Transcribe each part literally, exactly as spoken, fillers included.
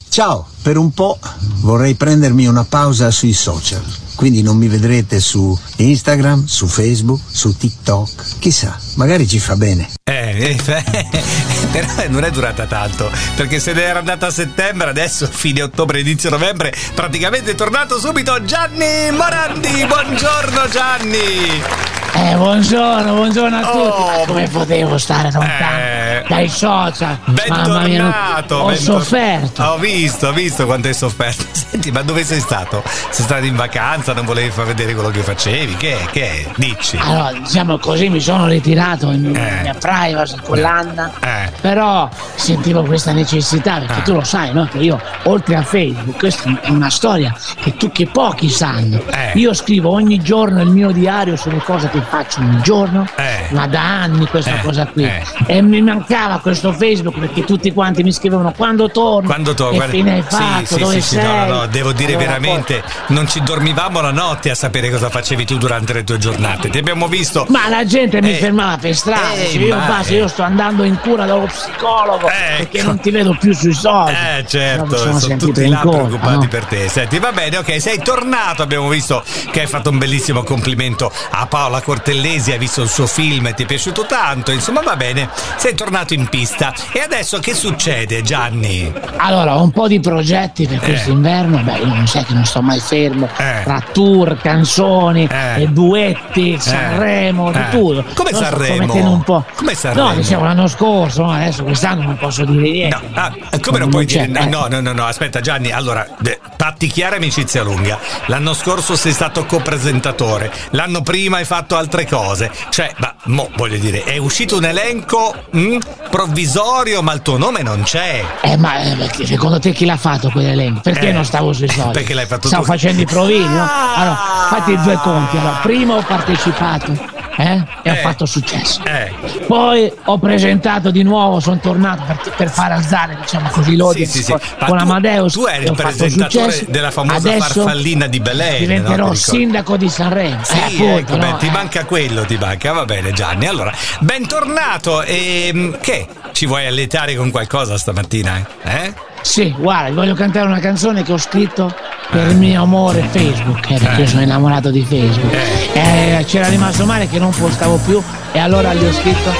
Ciao, per un po' vorrei prendermi una pausa sui social, quindi non mi vedrete su Instagram, su Facebook, su TikTok. Chissà, magari ci fa bene. Eh, eh, però non è durata tanto, perché se ne era andata a settembre, adesso fine ottobre, inizio novembre, praticamente è tornato subito Gianni Morandi. Buongiorno Gianni. Eh, buongiorno, buongiorno a Oh, tutti. Come potevo stare lontano eh, dai social? Bentornato. Mamma mia, ho bentor- sofferto. Ho visto, ho visto quanto hai sofferto. Senti, ma dove sei stato? Sei stato in vacanza, non volevi far vedere quello che facevi? Che è? Che è? Dici. Allora, diciamo così, mi sono ritirato in Eh. mia privacy con l'Anna, Eh. però sentivo questa necessità, perché Ah. tu lo sai, no? Che io, oltre a Facebook, questa è una storia che tu che pochi sanno. Eh. Io scrivo ogni giorno il mio diario sulle cose che faccio ogni giorno, Eh. ma da anni questa Eh. cosa qui. Eh. E mi mancava questo Facebook, perché tutti quanti mi scrivevano quando torno. Quando tu che guarda- fine hai sì, fatto, sì, dove sì, sì, sei? no, no, no, devo dire Allora, veramente, non ci dormivamo la notte a sapere cosa facevi tu durante le tue giornate. Ti abbiamo visto. Ma la gente mi Eh, fermava per strada, eh, diceva, io ma- basta, io sto andando in cura dallo psicologo Ecco. perché non ti vedo più sui social. Eh certo, Dopo sono, sentito tutti in là colpa, preoccupati no? per te. Senti, va bene, ok, sei tornato, abbiamo visto che hai fatto un bellissimo complimento a Paola Cortellesi, hai visto il suo film, ti è piaciuto tanto, insomma va bene, sei tornato in pista. E adesso che succede, Gianni? Allora, ho un po' di progetti per quest'inverno, beh, io non sai che non sto mai fermo, Eh. tra tour, canzoni, Eh. e duetti, Sanremo, di Eh. tutto. Come Non sto Sanremo? mettendo un po'. Come Sanremo? No, diciamo l'anno scorso, no, adesso quest'anno non posso dire niente. No, ah, come non puoi dire? c'è, eh. No, no, no, no, aspetta Gianni, allora, eh, patti chiari, amicizia lunga. L'anno scorso sei stato copresentatore, l'anno prima hai fatto altre cose. Cioè, ma mo, voglio dire, è uscito un elenco mm, provvisorio, ma il tuo nome non c'è. Eh, ma eh, perché secondo te chi l'ha fatto quell'elenco? Perché Eh. non stavo sui social? Perché l'hai fatto Stavo tu? facendo i provini, no? Ah. Allora, fatti i due conti. Allora, prima ho partecipato, eh? E Eh. ho fatto successo. Eh. Poi ho presentato di nuovo, sono tornato per, per far alzare, diciamo così, l'audience Sì, sì, sì. con, Ma con tu- Amadeus. tu eri e ho il fatto presentatore successo. della famosa Adesso farfallina di Belen, diventerò no? Ti ricordi? sindaco di Sanremo. Sì, eh, appunto, ecco, beh, no? ti Eh. manca quello, ti manca, va bene Gianni. Allora, bentornato. E che? Ci vuoi allietare con qualcosa stamattina? Eh? Sì, guarda, vi voglio cantare una canzone che ho scritto per il mio amore Facebook, eh, perché io sono innamorato di Facebook. Eh, c'era rimasto male che non postavo più e allora gli ho scritto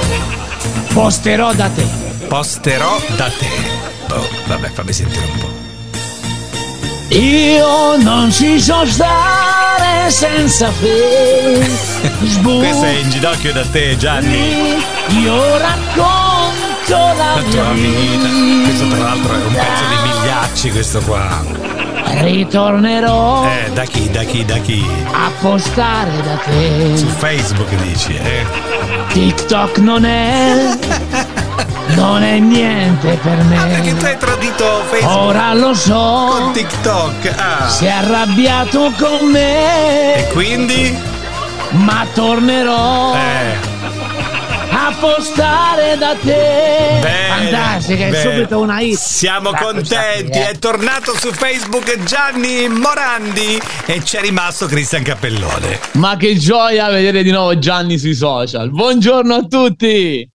posterò da te. Posterò da te. Oh, vabbè, fammi sentire un po'. Io non ci so stare senza Facebook. Questo è in ginocchio da te, Gianni. Io racconto la, La tua vita. Questo tra l'altro è un pezzo di Migliacci, questo qua. Ritornerò Eh, da chi, da chi, da chi? a postare da te. Su Facebook dici, eh? TikTok non è, non è niente per Perché tu me. hai tradito Facebook Ora lo con so, TikTok. Ah. si è arrabbiato con me, E quindi? ma tornerò Eh. a postare da te. Bene, Fantastica, è bene. subito una hit. Siamo Da questa contenti, qui, eh. è tornato su Facebook Gianni Morandi e c'è rimasto Cristian Cappellone. Ma che gioia vedere di nuovo Gianni sui social. Buongiorno a tutti!